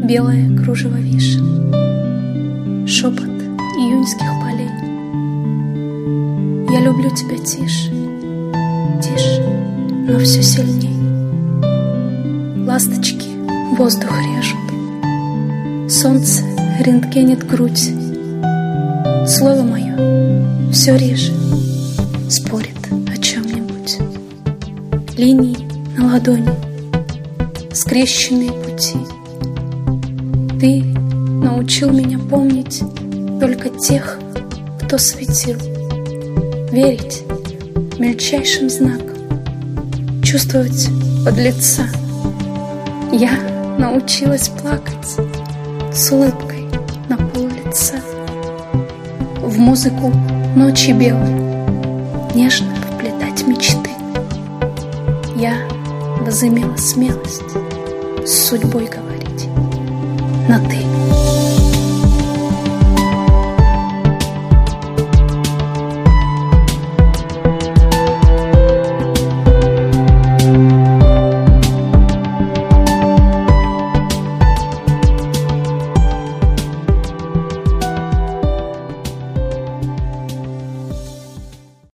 белое кружево вишен, шепот июньских полей. Я люблю тебя тише, тише, но все сильней. Ласточки воздух режут, солнце рентгенит грудь. Слово мое все реже спорит о чем-нибудь. Линии на ладони, скрещенные пути. Ты научил меня помнить только тех, кто светил, верить мельчайшим знаком, чувствовать подлеца. Я научилась плакать с улыбкой на пол лица, в музыку ночи белой нежно вплетать мечты. Я возымела смелость с судьбой говорить на «ты».